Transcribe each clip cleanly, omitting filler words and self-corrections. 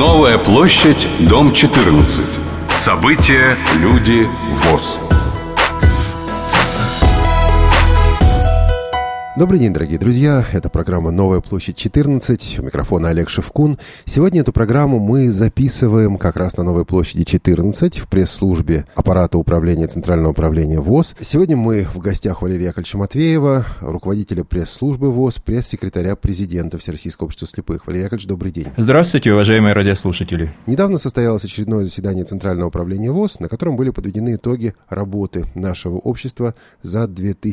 Новая площадь, дом 14. События, люди, ВОС. Добрый день, дорогие друзья. Это программа «Новая площадь 14». У микрофона Олег Шевкун. Сегодня эту программу мы записываем как раз на Новой площади 14 в пресс-службе аппарата управления Центрального управления ВОС. Сегодня мы в гостях Валерия Яковлевича Матвеева, руководителя пресс-службы ВОС, пресс-секретаря президента Всероссийского общества слепых. Валерий Яковлевич, добрый день. Здравствуйте, уважаемые радиослушатели. Недавно состоялось очередное заседание Центрального управления ВОС, на котором были подведены итоги работы нашего общества за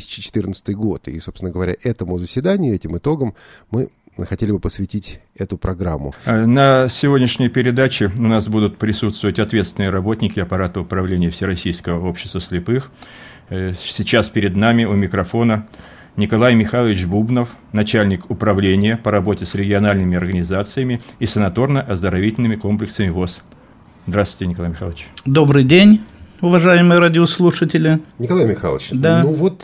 2014 год. И, собственно говоря, этому заседанию, этим итогам мы хотели бы посвятить эту программу. На сегодняшней передаче у нас будут присутствовать ответственные работники аппарата управления Всероссийского общества слепых. Сейчас перед нами у микрофона Николай Михайлович Бубнов, начальник управления по работе с региональными организациями и санаторно-оздоровительными комплексами ВОС. Здравствуйте, Николай Михайлович. Добрый день, уважаемые радиослушатели. Николай Михайлович, да.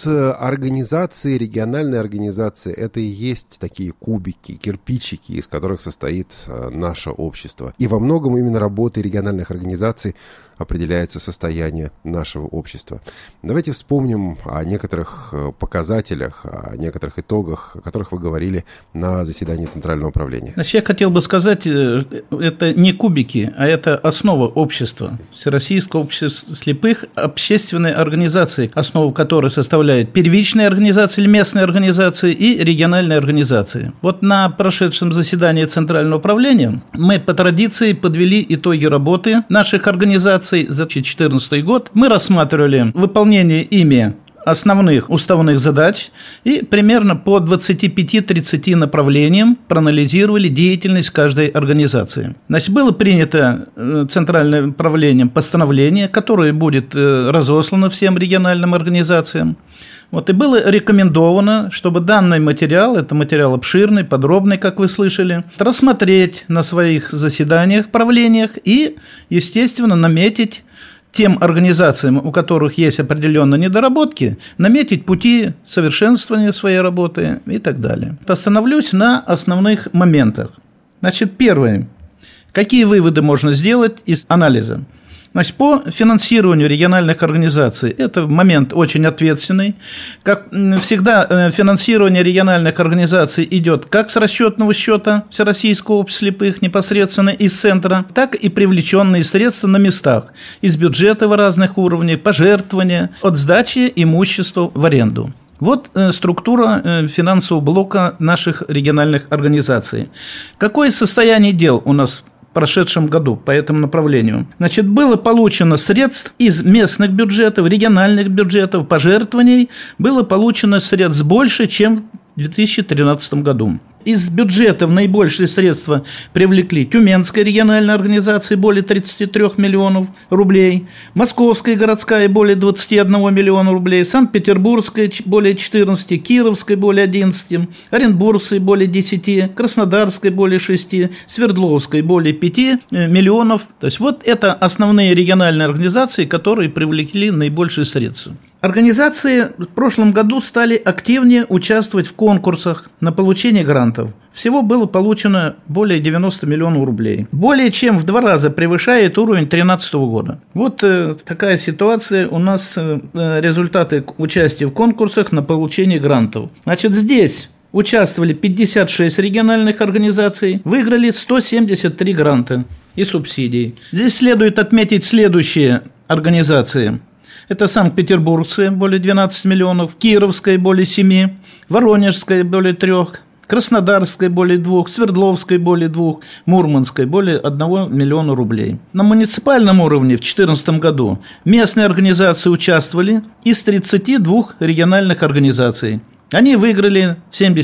Организации, региональные организации, это и есть такие кубики, кирпичики, из которых состоит наше общество. И во многом именно работой региональных организаций определяется состояние нашего общества. Давайте вспомним о некоторых показателях, о некоторых итогах, о которых вы говорили на заседании Центрального управления. Значит, я хотел бы сказать, это не кубики, а это основа общества. Всероссийское общество слепых – общественные организации, основу которой составляют первичные организации или местные организации и региональные организации. Вот на прошедшем заседании Центрального управления мы по традиции подвели итоги работы наших организаций за 2014 год. Мы рассматривали выполнение ими основных уставных задач и примерно по 25-30 направлениям проанализировали деятельность каждой организации. Значит, было принято Центральным управлением постановление, которое будет разослано всем региональным организациям. Вот, и было рекомендовано, чтобы данный материал, это материал обширный, подробный, как вы слышали, рассмотреть на своих заседаниях, правлениях и, естественно, наметить тем организациям, у которых есть определенные недоработки, наметить пути совершенствования своей работы и так далее. Остановлюсь на основных моментах. Значит, первое. Какие выводы можно сделать из анализа? Значит, по финансированию региональных организаций это момент очень ответственный. Как всегда, финансирование региональных организаций идет как с расчетного счета Всероссийского общества слепых непосредственно из центра, так и привлеченные средства на местах из бюджетов разных уровней, пожертвования, от сдачи имущества в аренду. Вот структура финансового блока наших региональных организаций. Какое состояние дел у нас в прошедшем году по этому направлению? Значит, было получено средств из местных бюджетов, региональных бюджетов, пожертвований, было получено средств больше, чем в 2013 году. Из бюджетов наибольшие средства привлекли Тюменская региональная организация более 33 миллионов рублей, Московская городская более 21 миллиона рублей, Санкт-Петербургская более 14, Кировская более 11, Оренбургская более 10, Краснодарская более 6, Свердловская более 5 миллионов. То есть вот это основные региональные организации, которые привлекли наибольшие средства. Организации в прошлом году стали активнее участвовать в конкурсах на получение грантов. Всего было получено более 90 миллионов рублей. Более чем в 2 раза превышает уровень 2013 года. Вот такая ситуация у нас, результаты участия в конкурсах на получение грантов. Значит, здесь участвовали 56 региональных организаций, выиграли 173 гранта и субсидий. Здесь следует отметить следующие организации. Это Санкт-Петербургская более 12 миллионов, Кировская более 7, Воронежская более 3, Краснодарская более 2, Свердловская более 2, Мурманская более 1 миллиона рублей. На муниципальном уровне в 2014 году местные организации участвовали из 32 региональных организаций. Они выиграли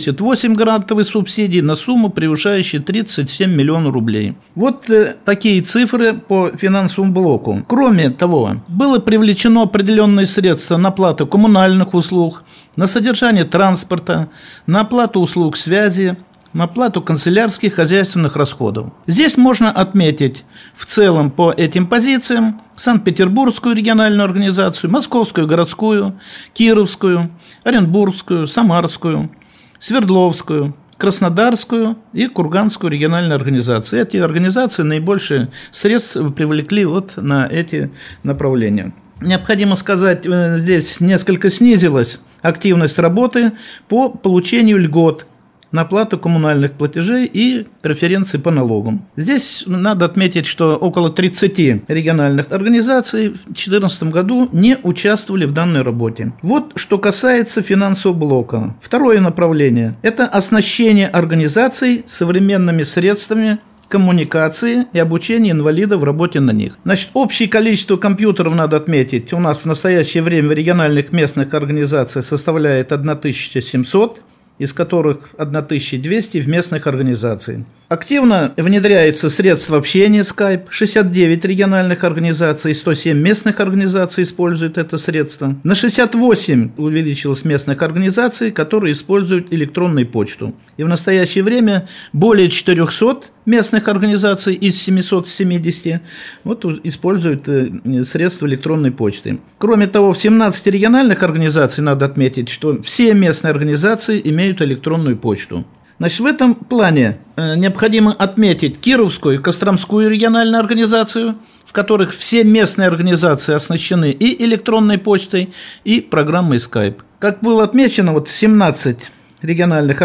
78 грантовых субсидий на сумму, превышающую 37 миллионов рублей. Вот такие цифры по финансовому блоку. Кроме того, было привлечено определенные средства на оплату коммунальных услуг, на содержание транспорта, на оплату услуг связи, на оплату канцелярских хозяйственных расходов. Здесь можно отметить в целом по этим позициям Санкт-Петербургскую региональную организацию, Московскую городскую, Кировскую, Оренбургскую, Самарскую, Свердловскую, Краснодарскую и Курганскую региональные организации. Эти организации наибольшие средства привлекли вот на эти направления. Необходимо сказать, здесь несколько снизилась активность работы по получению льгот на оплату коммунальных платежей и преференций по налогам. Здесь надо отметить, что около 30 региональных организаций в 2014 году не участвовали в данной работе. Вот что касается финансового блока. Второе направление – это оснащение организаций современными средствами коммуникации и обучение инвалидов в работе на них. Значит, общее количество компьютеров, надо отметить, у нас в настоящее время в региональных местных организациях составляет 1700, из которых 1200 в местных организациях. Активно внедряются средства общения Skype, 69 региональных организаций, 107 местных организаций используют это средство. На 68 увеличилось местных организаций, которые используют электронную почту. И в настоящее время более 400 местных организаций из 770 используют средства электронной почты. Кроме того, в 17 региональных организаций надо отметить, что все местные организации имеют электронную почту. Значит, в этом плане необходимо отметить Кировскую и Костромскую региональную организацию, в которых все местные организации оснащены и электронной почтой, и программой Skype. Как было отмечено, 17 региональных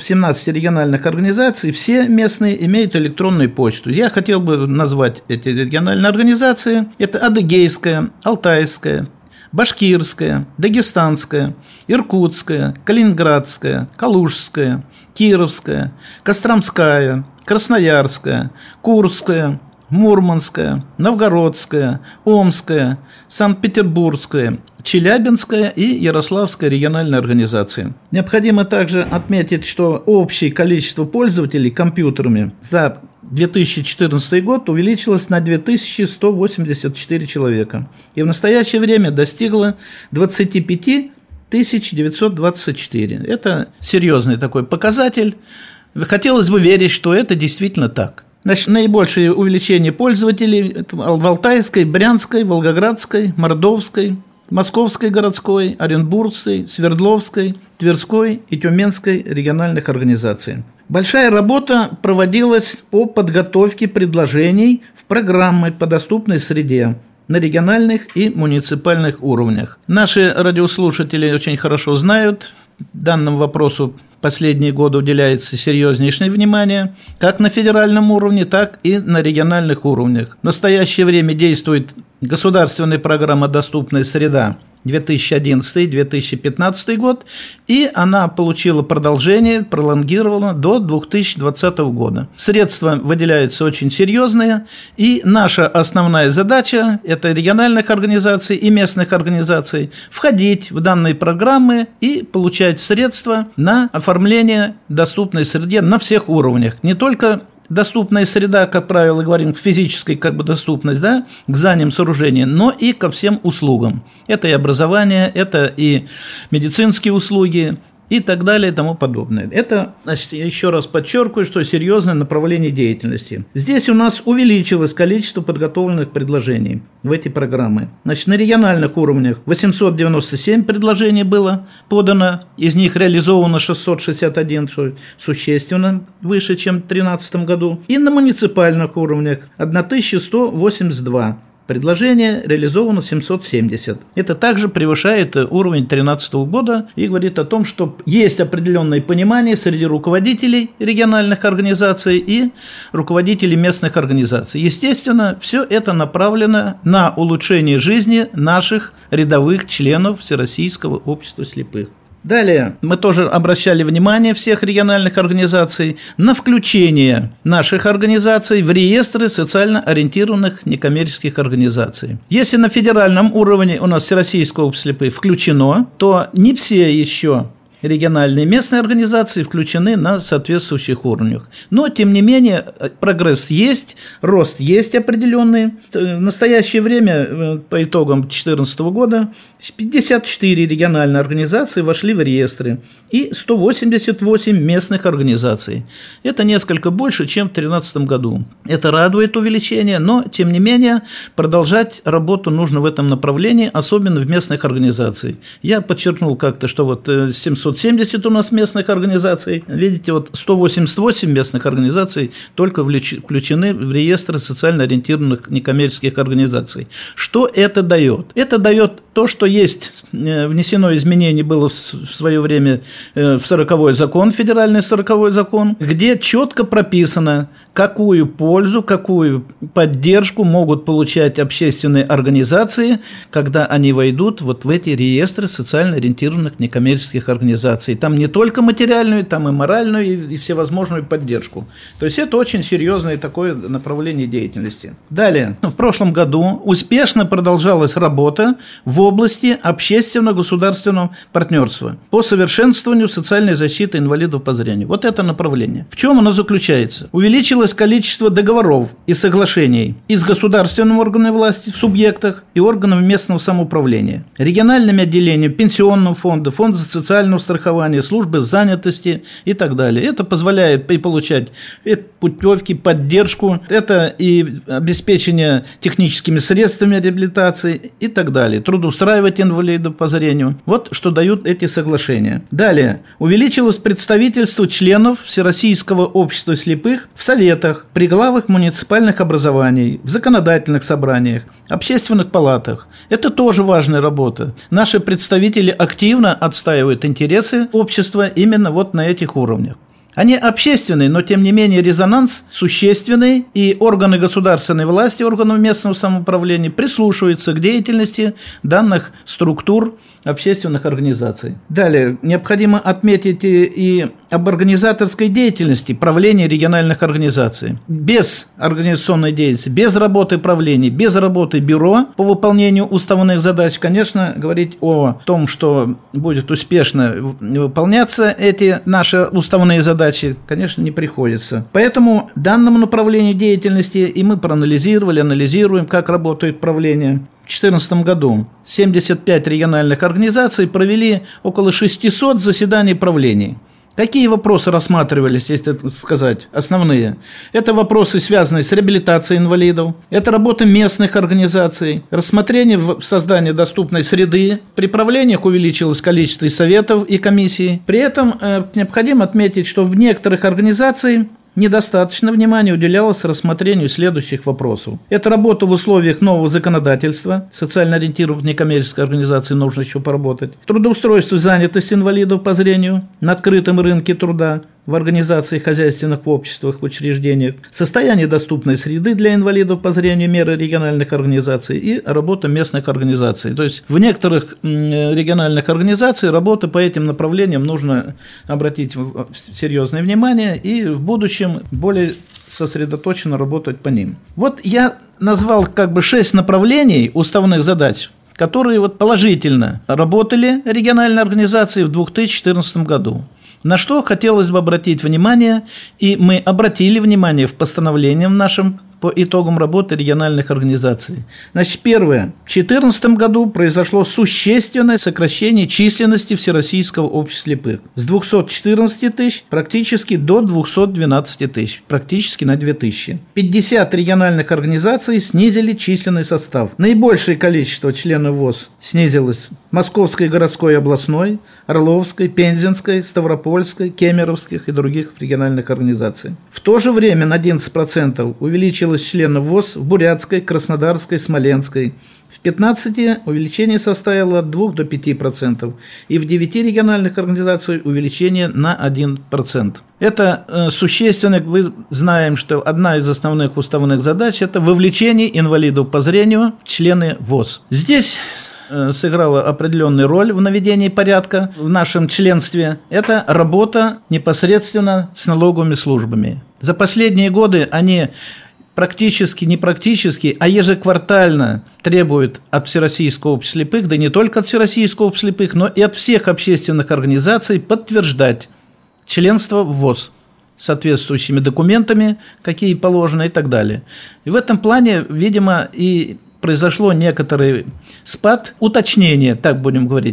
организаций, все местные имеют электронную почту. Я хотел бы назвать эти региональные организации. Это Адыгейская, Алтайская, Башкирская, Дагестанская, Иркутская, Калининградская, Калужская, Кировская, Костромская, Красноярская, Курская, Мурманская, Новгородская, Омская, Санкт-Петербургская, Челябинская и Ярославская региональные организации. Необходимо также отметить, что общее количество пользователей компьютерами за 2014 год увеличилось на 2184 человека и в настоящее время достигло 25 924. Это серьезный такой показатель. Хотелось бы верить, что это действительно так. Значит, наибольшее увеличение пользователей в Алтайской, Брянской, Волгоградской, Мордовской, Московской городской, Оренбургской, Свердловской, Тверской и Тюменской региональных организаций. Большая работа проводилась по подготовке предложений в программы по доступной среде на региональных и муниципальных уровнях. Наши радиослушатели очень хорошо знают, данному вопросу последние годы уделяется серьезнейшее внимание как на федеральном уровне, так и на региональных уровнях. В настоящее время действует государственная программа «Доступная среда» 2011-2015 год, и она получила продолжение, пролонгирована до 2020 года. Средства выделяются очень серьезные, и наша основная задача – это региональных организаций и местных организаций входить в данные программы и получать средства на оформление доступной среды на всех уровнях, не только доступная среда, как правило, говорим, физической доступность, к зданиям, сооружениям, но и ко всем услугам. Это и образование, это и медицинские услуги, и так далее, и тому подобное. Это, значит, еще раз подчеркиваю, что серьезное направление деятельности. Здесь у нас увеличилось количество подготовленных предложений в эти программы. Значит, на региональных уровнях 897 предложений было подано, из них реализовано 661, что существенно выше, чем в 2013 году. И на муниципальных уровнях 1182. Предложение реализовано 770. Это также превышает уровень 2013 года и говорит о том, что есть определенное понимание среди руководителей региональных организаций и руководителей местных организаций. Естественно, все это направлено на улучшение жизни наших рядовых членов Всероссийского общества слепых. Далее мы тоже обращали внимание всех региональных организаций на включение наших организаций в реестры социально ориентированных некоммерческих организаций. Если на федеральном уровне у нас Всероссийское общество слепых включено, то не все еще региональные местные организации включены на соответствующих уровнях. Но, тем не менее, прогресс есть, рост есть определенный. В настоящее время, по итогам 2014 года, 54 региональные организации вошли в реестры и 188 местных организаций. Это несколько больше, чем в 2013 году. Это радует увеличение, но, тем не менее, продолжать работу нужно в этом направлении, особенно в местных организациях. Я подчеркнул как-то, что 700 970 у нас местных организаций. Видите, вот 188 местных организаций только включены в реестр социально ориентированных некоммерческих организаций. Что это дает? Это дает то, что есть внесено изменение было в свое время в 40-й закон, федеральный 40-й закон, где четко прописано, какую пользу, какую поддержку могут получать общественные организации, когда они войдут вот в эти реестры социально ориентированных некоммерческих организаций. Там не только материальную, там и моральную, и всевозможную поддержку. То есть это очень серьезное такое направление деятельности. Далее. В прошлом году успешно продолжалась работа в области общественно-государственного партнерства по совершенствованию социальной защиты инвалидов по зрению. Вот это направление. В чем оно заключается? Увеличилось количество договоров и соглашений и с государственными органами власти в субъектах и органами местного самоуправления, региональными отделениями пенсионного фонда, фонда социального страхования, службы занятости и так далее. Это позволяет и получать путевки, поддержку, это и обеспечение техническими средствами реабилитации и так далее, трудоустраивать инвалидов по зрению. Вот что дают эти соглашения. Далее. Увеличилось представительство членов Всероссийского общества слепых в советах, при главах муниципальных образований, в законодательных собраниях, общественных палатах. Это тоже важная работа. Наши представители активно отстаивают интересы общества именно вот на этих уровнях. Они общественные, но тем не менее резонанс существенный, и органы государственной власти, органов местного самоуправления прислушиваются к деятельности данных структур общественных организаций. Далее, необходимо отметить и об организаторской деятельности правления региональных организаций. Без организационной деятельности, без работы правлений, без работы бюро по выполнению уставных задач, конечно, говорить о том, что будет успешно выполняться эти наши уставные задачи, конечно, не приходится. Поэтому данному направлению деятельности и мы проанализировали, анализируем, как работает правление. В 2014 году 75 региональных организаций провели около 600 заседаний правлений. Какие вопросы рассматривались, если сказать, основные? Это вопросы, связанные с реабилитацией инвалидов, это работа местных организаций, рассмотрение создания доступной среды, при правлениях увеличилось количество и советов, и комиссий. При этом необходимо отметить, что в некоторых организациях недостаточно внимания уделялось рассмотрению следующих вопросов. Это работа в условиях нового законодательства, социально ориентированных некоммерческих организаций нужно еще поработать, трудоустройство и занятость инвалидов по зрению на открытом рынке труда, в организациях хозяйственных обществах, в учреждениях, состояние доступной среды для инвалидов по зрению, меры региональных организаций и работа местных организаций. То есть в некоторых региональных организациях работа по этим направлениям нужно обратить серьезное внимание и в будущем более сосредоточенно работать по ним. Вот я назвал 6 направлений уставных задач, которые положительно работали региональные организации в 2014 году. На что хотелось бы обратить внимание, и мы обратили внимание в постановлении в нашем по итогам работы региональных организаций. Значит, первое. В 2014 году произошло существенное сокращение численности Всероссийского общества слепых с 214 тысяч практически до 212 тысяч, практически на 2000. 50 региональных организаций снизили численный состав. Наибольшее количество членов ВОС снизилось Московской городской и областной, Орловской, Пензенской, Ставропольской, Кемеровских и других региональных организаций. В то же время на 11% увеличилось членов ВОС в Бурятской, Краснодарской, Смоленской. В 15 увеличение составило от 2 до 5%, и в 9 региональных организациях увеличение на 1%. Это существенно, мы знаем, что одна из основных уставных задач – это вовлечение инвалидов по зрению в члены ВОС. Здесь сыграла определенную роль в наведении порядка в нашем членстве. Это работа непосредственно с налоговыми службами. За последние годы они практически, не практически, а ежеквартально требуют от Всероссийского общества слепых, да не только от Всероссийского общества слепых, но и от всех общественных организаций подтверждать членство в ВОС соответствующими документами, какие положено и так далее. И в этом плане, видимо, и произошло некоторый спад, уточнение, так будем говорить,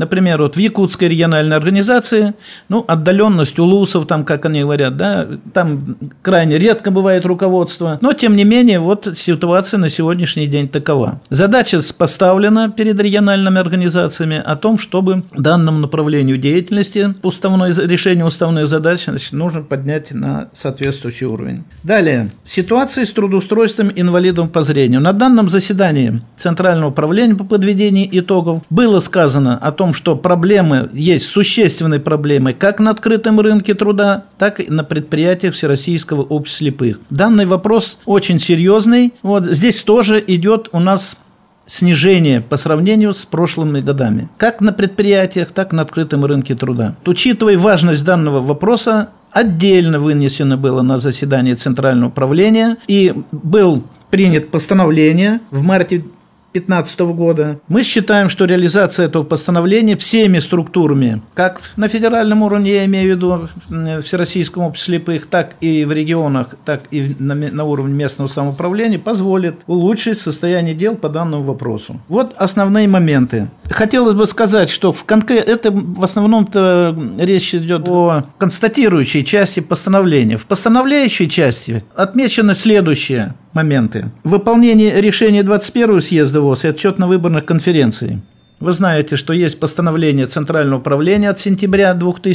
Например, вот в Якутской региональной организации, отдаленность улусов, там, как они говорят, да, там крайне редко бывает руководство, но, тем не менее, вот ситуация на сегодняшний день такова. Задача поставлена перед региональными организациями о том, чтобы данному направлению деятельности решение уставных задач нужно поднять на соответствующий уровень. Далее. Ситуация с трудоустройством инвалидов по зрению. На данном заседании Центрального управления по подведению итогов было сказано о том, что проблемы есть существенные проблемы как на открытом рынке труда, так и на предприятиях Всероссийского общества слепых. Данный вопрос очень серьезный. Вот здесь тоже идет у нас снижение по сравнению с прошлыми годами. Как на предприятиях, так и на открытом рынке труда. Учитывая важность данного вопроса, отдельно вынесено было на заседание Центрального управления и был принято постановление в марте 2015 года. Мы считаем, что реализация этого постановления всеми структурами, как на федеральном уровне, я имею в виду Всероссийском обществе слепых, так и в регионах, так и на уровне местного самоуправления, позволит улучшить состояние дел по данному вопросу. Вот основные моменты. Хотелось бы сказать, что это в основном-то речь идет о констатирующей части постановления. В постановляющей части отмечены следующие моменты. Выполнение решения 21-го съезда ВОС и отчетно-выборных конференций. Вы знаете, что есть постановление Центрального управления от сентября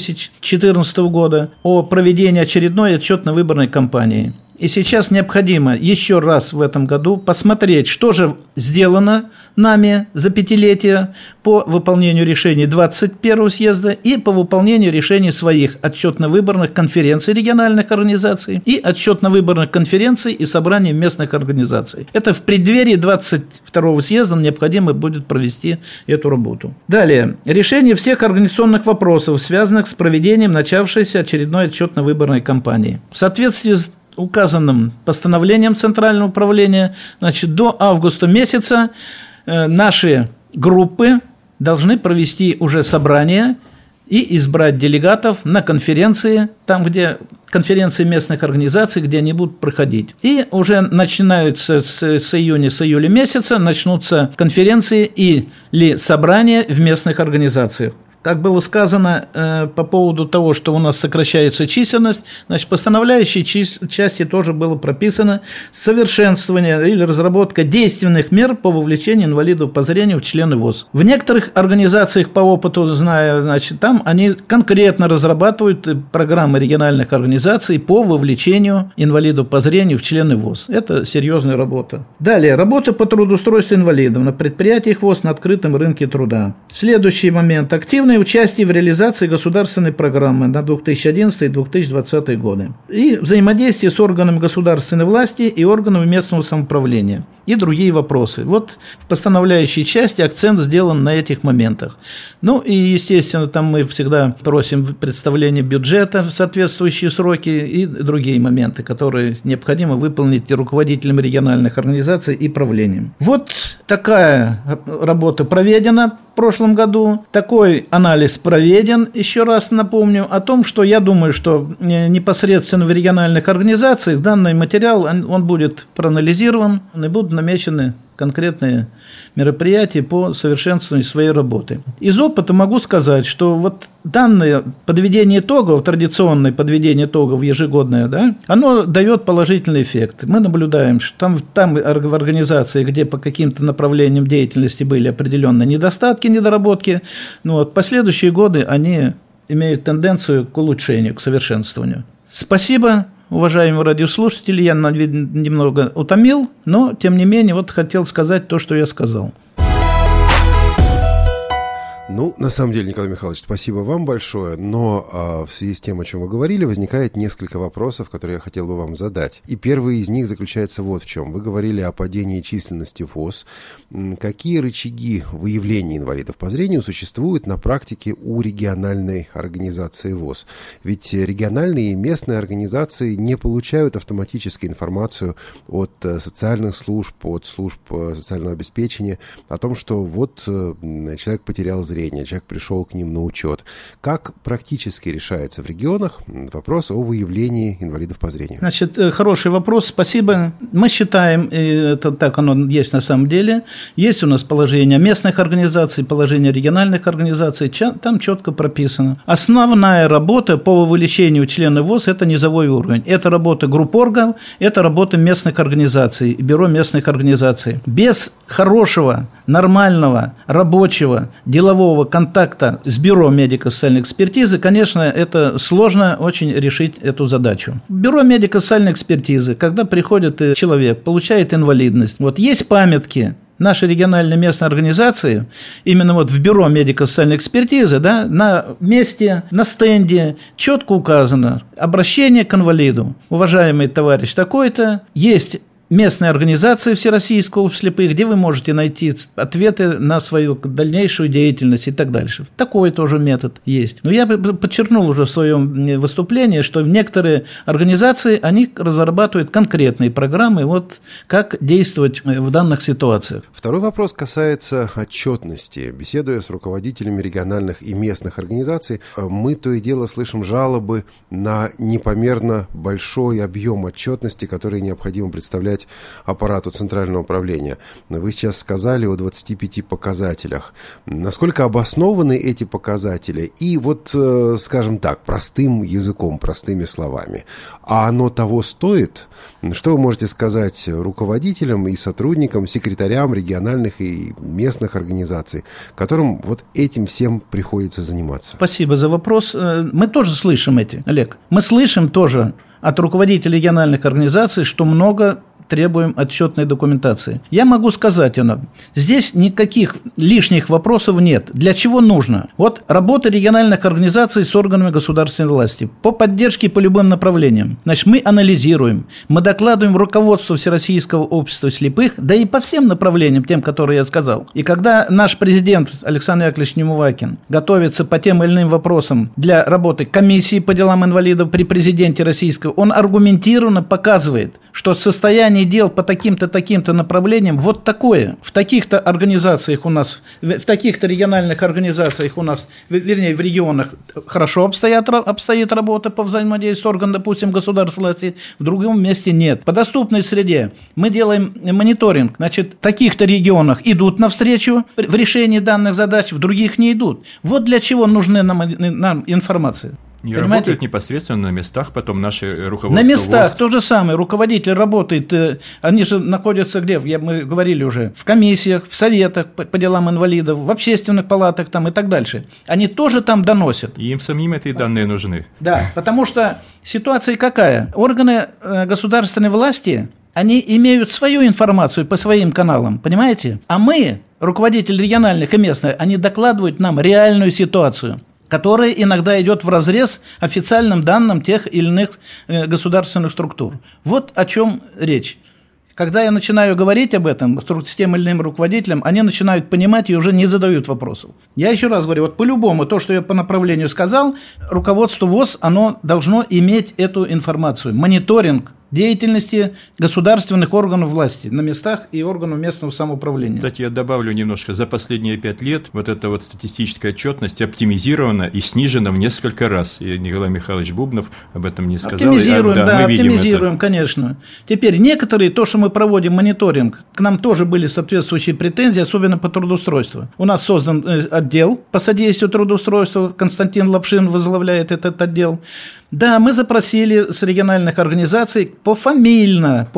2014 года о проведении очередной отчетно-выборной кампании. И сейчас необходимо еще раз в этом году посмотреть, что же сделано нами за пятилетие по выполнению решений 21-го съезда и по выполнению решений своих отчетно-выборных конференций региональных организаций и отчетно-выборных конференций и собраний местных организаций. Это в преддверии 22-го съезда необходимо будет провести эту работу. Далее. Решение всех организационных вопросов, связанных с проведением начавшейся очередной отчетно-выборной кампании. В соответствии с указанным постановлением Центрального управления, до августа месяца наши группы должны провести уже собрание и избрать делегатов на конференции, там, где конференции местных организаций, где они будут проходить. И уже начинаются с июля месяца, начнутся конференции или собрания в местных организациях. Как было сказано по поводу того, что у нас сокращается численность, в постановляющей части тоже было прописано совершенствование или разработка действенных мер по вовлечению инвалидов по зрению в члены ВОС. В некоторых организациях, по опыту знаю, там они конкретно разрабатывают программы региональных организаций по вовлечению инвалидов по зрению в члены ВОС. Это серьезная работа. Далее. Работа по трудоустройству инвалидов на предприятиях ВОС на открытом рынке труда. Следующий момент. Активное участие в реализации государственной программы на 2011-2020 годы и взаимодействие с органами государственной власти и органами местного самоуправления и другие вопросы. Вот в постановляющей части акцент сделан на этих моментах. И, естественно, там мы всегда просим представления бюджета в соответствующие сроки и другие моменты, которые необходимо выполнить руководителям региональных организаций и правлением. Вот такая работа проведена в прошлом году, такой анализ проведен, еще раз напомню о том, что я думаю, что непосредственно в региональных организациях данный материал, он будет проанализирован и будут намечены конкретные мероприятия по совершенствованию своей работы. Из опыта могу сказать, что вот данное подведение итогов, традиционное подведение итогов ежегодное, оно дает положительный эффект. Мы наблюдаем, что там в организации, где по каким-то направлениям деятельности были определенные недостатки, недоработки, последующие годы они имеют тенденцию к улучшению, к совершенствованию. Спасибо. Уважаемые радиослушатели, я немного утомил, но, тем не менее, хотел сказать то, что я сказал. На самом деле, Николай Михайлович, спасибо вам большое, но в связи с тем, о чем вы говорили, возникает несколько вопросов, которые я хотел бы вам задать. И первый из них заключается вот в чем. Вы говорили о падении численности ВОС. Какие рычаги выявления инвалидов по зрению существуют на практике у региональной организации ВОС? Ведь региональные и местные организации не получают автоматически информацию от социальных служб, от служб социального обеспечения о том, что человек потерял зрение, зрения, человек пришел к ним на учет. Как практически решается в регионах вопрос о выявлении инвалидов по зрению? Значит, хороший вопрос, спасибо. Мы считаем, это так оно есть на самом деле, есть у нас положение местных организаций, положение региональных организаций, там четко прописано. Основная работа по вовлечению членов ВОС – это низовой уровень. Это работа группоргов, это работа местных организаций, бюро местных организаций. Без хорошего, нормального, рабочего, делового контакта с бюро медико-социальной экспертизы, конечно, это сложно очень решить эту задачу. Бюро медико-социальной экспертизы, когда приходит человек, получает инвалидность, вот есть памятки. Наши региональные местные организации, именно вот в бюро медико-социальной экспертизы, да, на месте, на стенде четко указано обращение к инвалиду. Уважаемый товарищ такой-то, есть местные организации Всероссийского общества слепых, где вы можете найти ответы на свою дальнейшую деятельность и так дальше. Такой тоже метод есть. Но я подчеркнул уже в своем выступлении, что некоторые организации, они разрабатывают конкретные программы, вот как действовать в данных ситуациях. Второй вопрос касается отчетности. Беседуя с руководителями региональных и местных организаций, мы то и дело слышим жалобы на непомерно большой объем отчетности, который необходимо представлять аппарату Центрального управления. Вы сейчас сказали о 25 показателях. Насколько обоснованы эти показатели? И вот, скажем так, простым языком, простыми словами. А оно того стоит? Что вы можете сказать руководителям и сотрудникам, секретарям региональных и местных организаций, которым вот этим всем приходится заниматься? Спасибо за вопрос. Мы тоже слышим Олег. Мы слышим тоже от руководителей региональных организаций, что много требуем отчетной документации. Я могу сказать, здесь никаких лишних вопросов нет. Для чего нужно? Вот работа региональных организаций с органами государственной власти по поддержке по любым направлениям. Значит, мы анализируем, мы докладываем руководству Всероссийского общества слепых, да и по всем направлениям, тем, которые я сказал. И когда наш президент Александр Яковлевич Немувакин готовится по тем или иным вопросам для работы комиссии по делам инвалидов при президенте российского, он аргументированно показывает, что состояние дел по таким-то направлениям вот такое. В таких-то организациях у нас, в таких-то региональных организациях у нас, вернее, в регионах хорошо обстоит работа по взаимодействию с органом, допустим, государственной власти, в другом месте нет. По доступной среде мы делаем мониторинг. Значит, в таких-то регионах идут навстречу в решении данных задач, в других не идут. Вот для чего нужны нам информация. И работают непосредственно на местах, потом наши руководства. На местах то же самое. Руководитель работает, они же находятся где? Мы говорили уже, в комиссиях, в советах по делам инвалидов, в общественных палатах там, и так дальше. Они тоже там доносят. И им самим эти данные нужны. Да, потому что ситуация какая? Органы государственной власти, они имеют свою информацию по своим каналам, понимаете? А мы, руководители региональных и местных, они докладывают нам реальную ситуацию, которая иногда идет вразрез официальным данным тех или иных государственных структур. Вот о чем речь. Когда я начинаю говорить об этом с тем или иным руководителем, они начинают понимать и уже не задают вопросов. Я еще раз говорю, вот по-любому, то, что я по направлению сказал, руководство ВОС, оно должно иметь эту информацию. Мониторинг деятельности государственных органов власти на местах и органов местного самоуправления. Кстати, я добавлю немножко. За последние 5 лет вот эта вот статистическая отчетность оптимизирована и снижена в несколько раз. И Николай Михайлович Бубнов об этом не сказал. Оптимизируем, оптимизируем, конечно. Теперь некоторые, то, что мы проводим мониторинг, к нам тоже были соответствующие претензии, особенно по трудоустройству. У нас создан отдел по содействию трудоустройству, Константин Лапшин возглавляет этот отдел. Да, мы запросили с региональных организаций пофамильно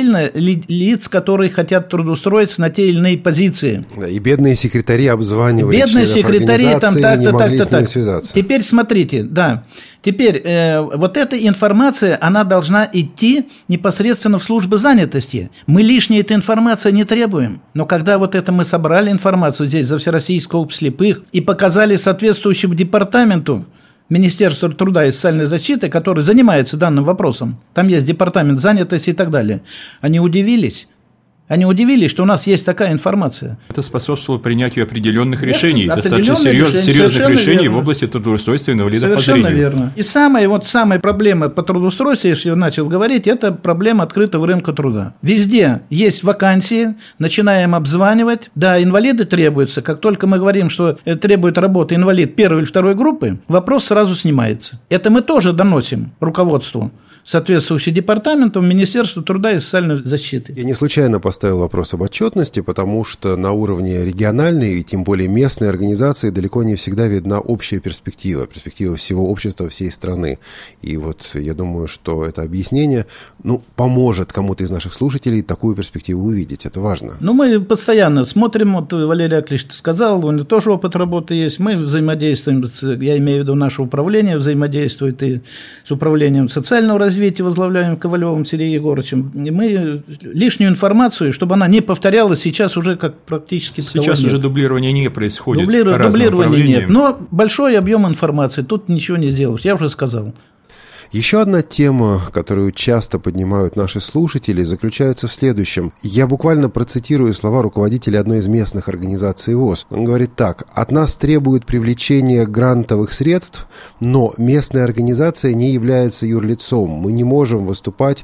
лиц, которые хотят трудоустроиться на те или иные позиции. Да, и бедные секретари обзванивали бедные секретари там так. Связаться. Теперь смотрите, да. Теперь вот эта информация, она должна идти непосредственно в службы занятости. Мы лишней этой информации не требуем. Но когда вот это мы собрали информацию здесь за Всероссийское общество слепых и показали соответствующему департаменту Министерства труда и социальной защиты, который занимается данным вопросом, там есть департамент занятости и так далее, они удивились. Они удивились, что у нас есть такая информация. Это способствовало принятию определенных решений, определенных достаточно серьезных решений в области трудоустройства инвалидов по зрению. Совершенно верно. И самая проблема по трудоустройству, если я начал говорить, это проблема открытого рынка труда. Везде есть вакансии, начинаем обзванивать. Да, инвалиды требуются. Как только мы говорим, что требует работы инвалид первой или второй группы, вопрос сразу снимается. Это мы тоже доносим руководству соответствующих департаментов Министерства труда и социальной защиты. Я не случайно поставил вопрос об отчетности, потому что на уровне региональной и тем более местной организации далеко не всегда видна общая перспектива всего общества, всей страны. И вот я думаю, что это объяснение поможет кому-то из наших слушателей такую перспективу увидеть. Это важно. Мы постоянно смотрим, вот Валерий Яковлевич сказал, у него тоже опыт работы есть, мы взаимодействуем, я имею в виду наше управление, взаимодействует и с управлением социального развития, возглавляем Ковалевым Сергеем Егоровичем. И мы лишнюю информацию, чтобы она не повторялась, сейчас уже как практически... Сейчас уже дублирование не происходит. Дублирования нет, но большой объем информации, тут ничего не сделаешь, я уже сказал. Еще одна тема, которую часто поднимают наши слушатели, заключается в следующем. Я буквально процитирую слова руководителя одной из местных организаций ВОС. Он говорит так: «От нас требуют привлечения грантовых средств, но местная организация не является юрлицом. Мы не можем выступать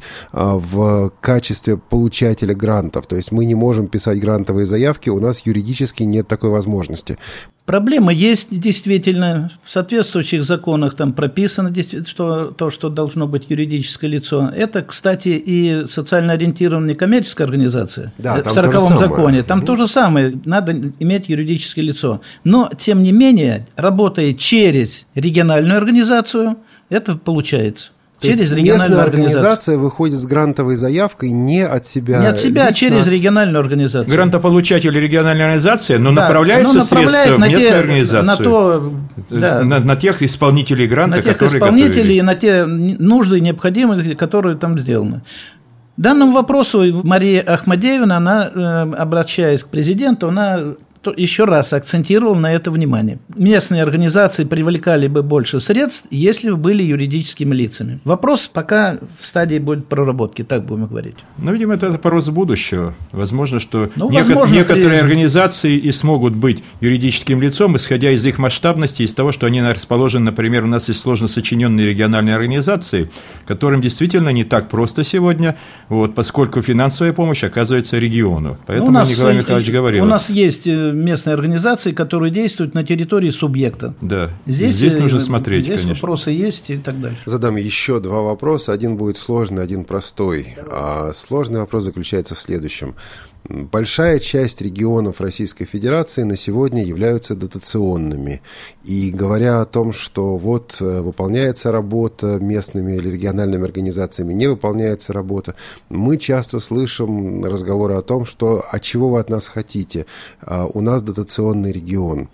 в качестве получателя грантов. То есть мы не можем писать грантовые заявки, у нас юридически нет такой возможности». Проблема есть действительно, в соответствующих законах там прописано, что должно быть юридическое лицо. Это, кстати, и социально ориентированная коммерческая организация. Да, в 40-м законе. Там то же самое, надо иметь юридическое лицо. Но, тем не менее, работая через региональную организацию, это получается. Через местная организация выходит с грантовой заявкой не от себя. Не от себя, а через региональную организацию. Грантополучатель региональная организация, но направляются средства в местную организацию. На тех исполнителей гранта, которые готовили. На тех исполнителей и на те нужды и необходимости, которые там сделаны. Данному вопросу Мария Ахмадеевна, она, обращаясь к президенту, она еще раз акцентировал на это внимание. Местные организации привлекали бы больше средств, если бы были юридическими лицами. Вопрос пока в стадии будет проработки, так будем говорить. Видимо, это вопрос будущего. Возможно, что некоторые организации и смогут быть юридическим лицом, исходя из их масштабности, из того, что они расположены, например, у нас есть сложно сочиненные региональные организации, которым действительно не так просто сегодня, поскольку финансовая помощь оказывается региону. Поэтому Николай Михайлович говорил. У нас есть местные организации, которые действуют на территории субъекта. Да, здесь нужно смотреть, здесь конечно. Вопросы есть и так дальше. Задам еще два вопроса. Один будет сложный, один простой. Сложный вопрос заключается в следующем. Большая часть регионов Российской Федерации на сегодня являются дотационными. И говоря о том, что выполняется работа местными или региональными организациями, не выполняется работа, мы часто слышим разговоры о том, что «а чего вы от нас хотите? У нас дотационный регион».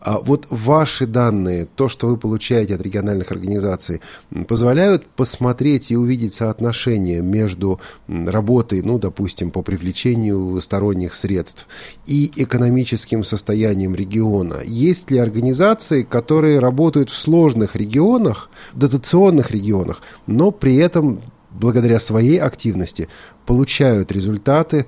Ваши данные, то, что вы получаете от региональных организаций, позволяют посмотреть и увидеть соотношение между работой, допустим, по привлечению сторонних средств и экономическим состоянием региона. Есть ли организации, которые работают в сложных регионах, дотационных регионах, но при этом благодаря своей активности получают результаты,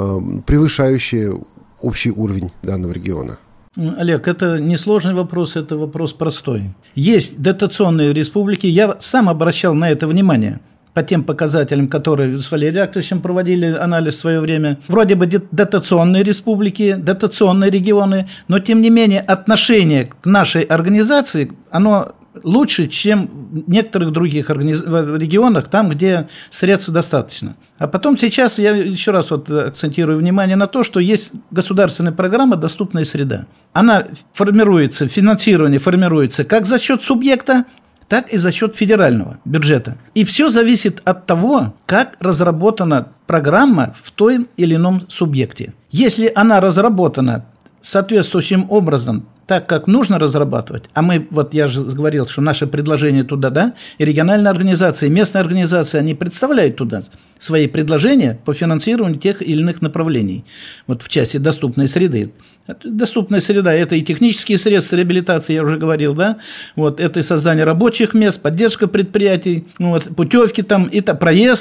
превышающие общий уровень данного региона? Олег, это не сложный вопрос, это вопрос простой. Есть дотационные республики, я сам обращал на это внимание. По тем показателям, которые с Валерием Яковлевичем проводили анализ в свое время. Вроде бы дотационные республики, дотационные регионы, но тем не менее отношение к нашей организации, оно лучше, чем в некоторых других регионах, там, где средств достаточно. А потом сейчас я еще раз акцентирую внимание на то, что есть государственная программа «Доступная среда». Она формируется, финансирование формируется как за счет субъекта, так и за счет федерального бюджета. И все зависит от того, как разработана программа в том или ином субъекте. Если она разработана соответствующим образом, так как нужно разрабатывать, а мы, я же говорил, что наше предложение туда, и региональные организации, местные организации, они представляют туда свои предложения по финансированию тех или иных направлений, в части доступной среды. Доступная среда – это и технические средства реабилитации, я уже говорил, это и создание рабочих мест, поддержка предприятий, путевки, проезд,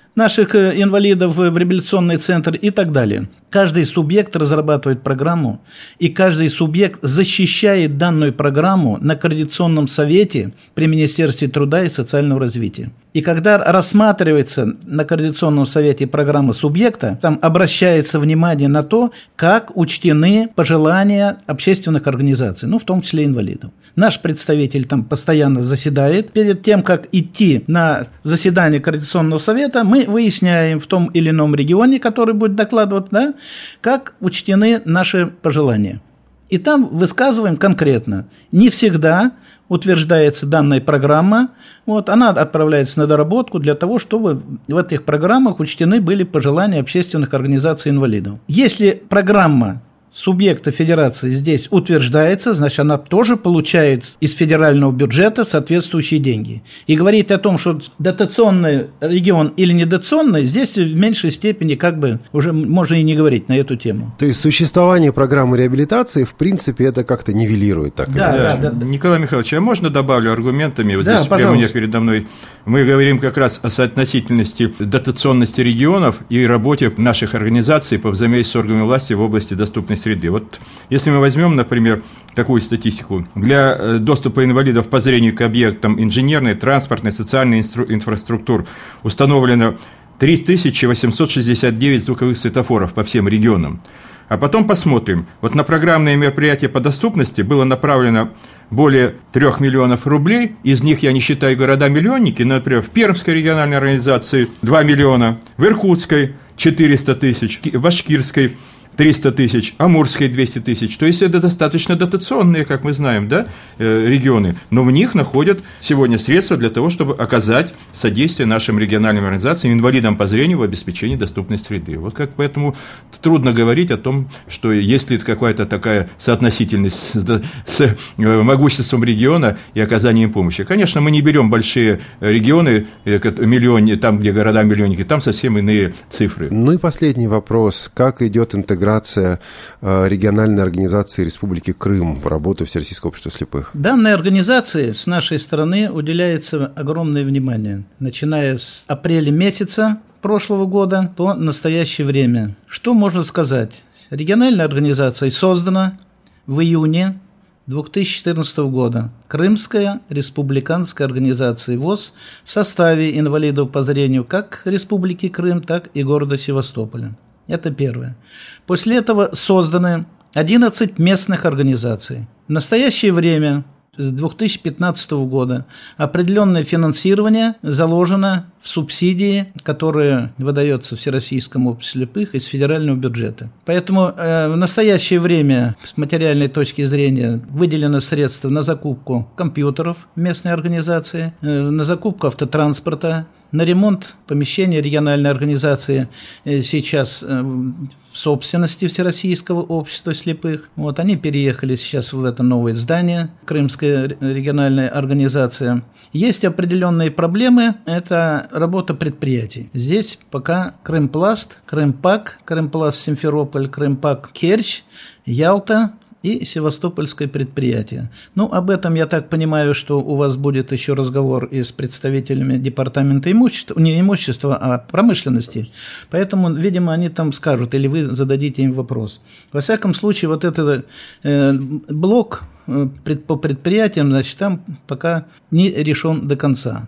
наших инвалидов в реабилитационный центр и так далее. Каждый субъект разрабатывает программу, и каждый субъект защищает данную программу на Координационном совете при Министерстве труда и социального развития. И когда рассматривается на Координационном совете программа субъекта, там обращается внимание на то, как учтены пожелания общественных организаций, в том числе инвалидов. Наш представитель там постоянно заседает. Перед тем, как идти на заседание Координационного совета, мы выясняем в том или ином регионе, который будет докладывать, как учтены наши пожелания. И там высказываем конкретно. Не всегда утверждается данная программа, она отправляется на доработку для того, чтобы в этих программах учтены были пожелания общественных организаций инвалидов. Если программа субъекта федерации здесь утверждается, значит, она тоже получает из федерального бюджета соответствующие деньги. И говорить о том, что дотационный регион или недотационный, здесь в меньшей степени уже можно и не говорить на эту тему. То есть существование программы реабилитации, в принципе, это как-то нивелирует. Так да. Николай Михайлович, я можно добавлю аргументами? Здесь прямо у меня передо мной. Мы говорим как раз о соотносительности дотационности регионов и работе наших организаций по взаимодействию с органами власти в области доступности среды. Если мы возьмем, например, такую статистику, для доступа инвалидов по зрению к объектам инженерной, транспортной, социальной инфраструктуры установлено 3869 звуковых светофоров по всем регионам. А потом посмотрим. На программные мероприятия по доступности было направлено более 3 миллионов рублей, из них я не считаю города-миллионники, например, в Пермской региональной организации 2 миллиона, в Иркутской 400 тысяч, в Башкирской 300 тысяч, Амурской 200 тысяч. То есть это достаточно дотационные, как мы знаем, регионы. Но в них находят сегодня средства для того, чтобы оказать содействие нашим региональным организациям, инвалидам по зрению в обеспечении доступной среды. Поэтому трудно говорить о том, что есть ли какая-то такая соотносительность с могуществом региона и оказанием помощи. Конечно, мы не берем большие регионы, там, где города-миллионники, там совсем иные цифры. И последний вопрос. Как идет интеграция региональной организации Республики Крым в работу Всероссийского общества слепых? Данной организации с нашей стороны уделяется огромное внимание, начиная с апреля месяца прошлого года по настоящее время. Что можно сказать? Региональная организация создана в июне 2014 года. Крымская республиканская организация ВОС в составе инвалидов по зрению как Республики Крым, так и города Севастополя. Это первое. После этого созданы 11 местных организаций. В настоящее время, с 2015 года, определенное финансирование заложено в субсидии, которые выдаются Всероссийскому обществу слепых из федерального бюджета. Поэтому в настоящее время с материальной точки зрения выделено средства на закупку компьютеров в местной организации, на закупку автотранспорта, на ремонт помещения региональной организации сейчас в собственности Всероссийского общества слепых. Они переехали сейчас в это новое здание, Крымская региональная организация. Есть определенные проблемы, это работа предприятий. Здесь пока Крымпласт, Крымпак, Крымпласт Симферополь, Крымпак Керчь, Ялта и Севастопольское предприятие. Об этом, я так понимаю, что у вас будет еще разговор и с представителями департамента имущества, не имущества, а промышленности. Поэтому, видимо, они там скажут, или вы зададите им вопрос. Во всяком случае, этот блок по предприятиям, там пока не решен до конца.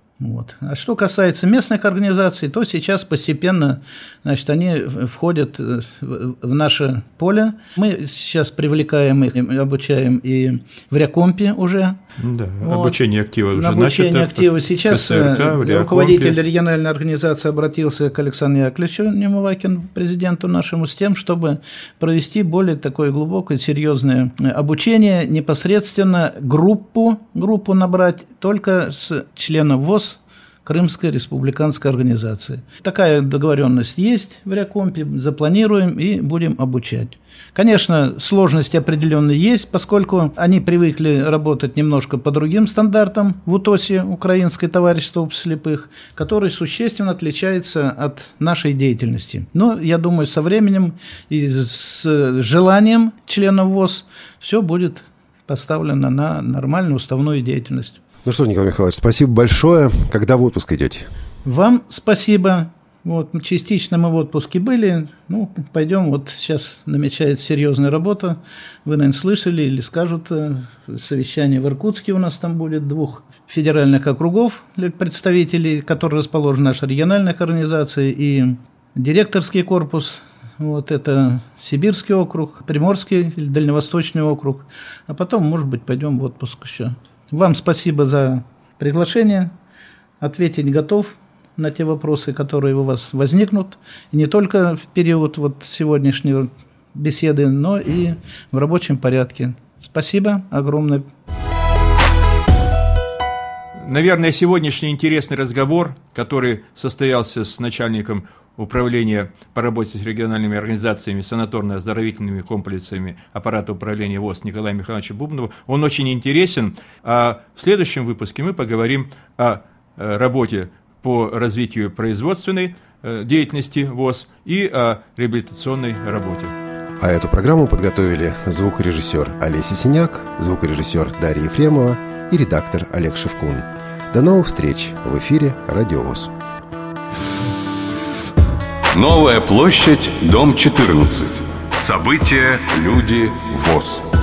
А что касается местных организаций, то сейчас постепенно, они входят в наше поле. Мы сейчас привлекаем их, обучаем и в Рякомпе уже. Да, обучение актива уже обучение начато. Актива. Сейчас руководитель региональной организации обратился к Александру Яковлевичу Немывакину, президенту нашему, с тем, чтобы провести более такое глубокое, серьезное обучение, непосредственно группу набрать только с членов ВОС Крымской республиканской организации. Такая договоренность есть в Рякомпе, запланируем и будем обучать. Конечно, сложности определенные есть, поскольку они привыкли работать немножко по другим стандартам в УТОСе, Украинское товарищество обществ слепых, который существенно отличается от нашей деятельности. Но, я думаю, со временем и с желанием членов ВОС все будет поставлено на нормальную уставную деятельность. Николай Михайлович, спасибо большое. Когда в отпуск идете? Вам спасибо. Вот, частично мы в отпуске были, пойдем, вот сейчас намечается серьезная работа, вы, наверное, слышали или скажут, совещание в Иркутске у нас там будет 2 федеральных округов представителей, которые расположены нашей региональной организации, и директорский корпус, вот это Сибирский округ, Приморский или Дальневосточный округ, а потом, может быть, пойдем в отпуск еще. Вам спасибо за приглашение, ответить готов на те вопросы, которые у вас возникнут, и не только в период вот сегодняшней беседы, но и в рабочем порядке. Спасибо огромное. Наверное, сегодняшний интересный разговор, который состоялся с начальником управления по работе с региональными организациями, санаторно-оздоровительными комплексами аппарата управления ВОС Николая Михайловича Бубнова, он очень интересен. А в следующем выпуске мы поговорим о работе по развитию производственной деятельности ВОС и о реабилитационной работе. А эту программу подготовили звукорежиссер Олеся Синяк, звукорежиссер Дарья Ефремова и редактор Олег Шевкун. До новых встреч в эфире Радио ВОС. Новая площадь, дом 14. События, люди, ВОС.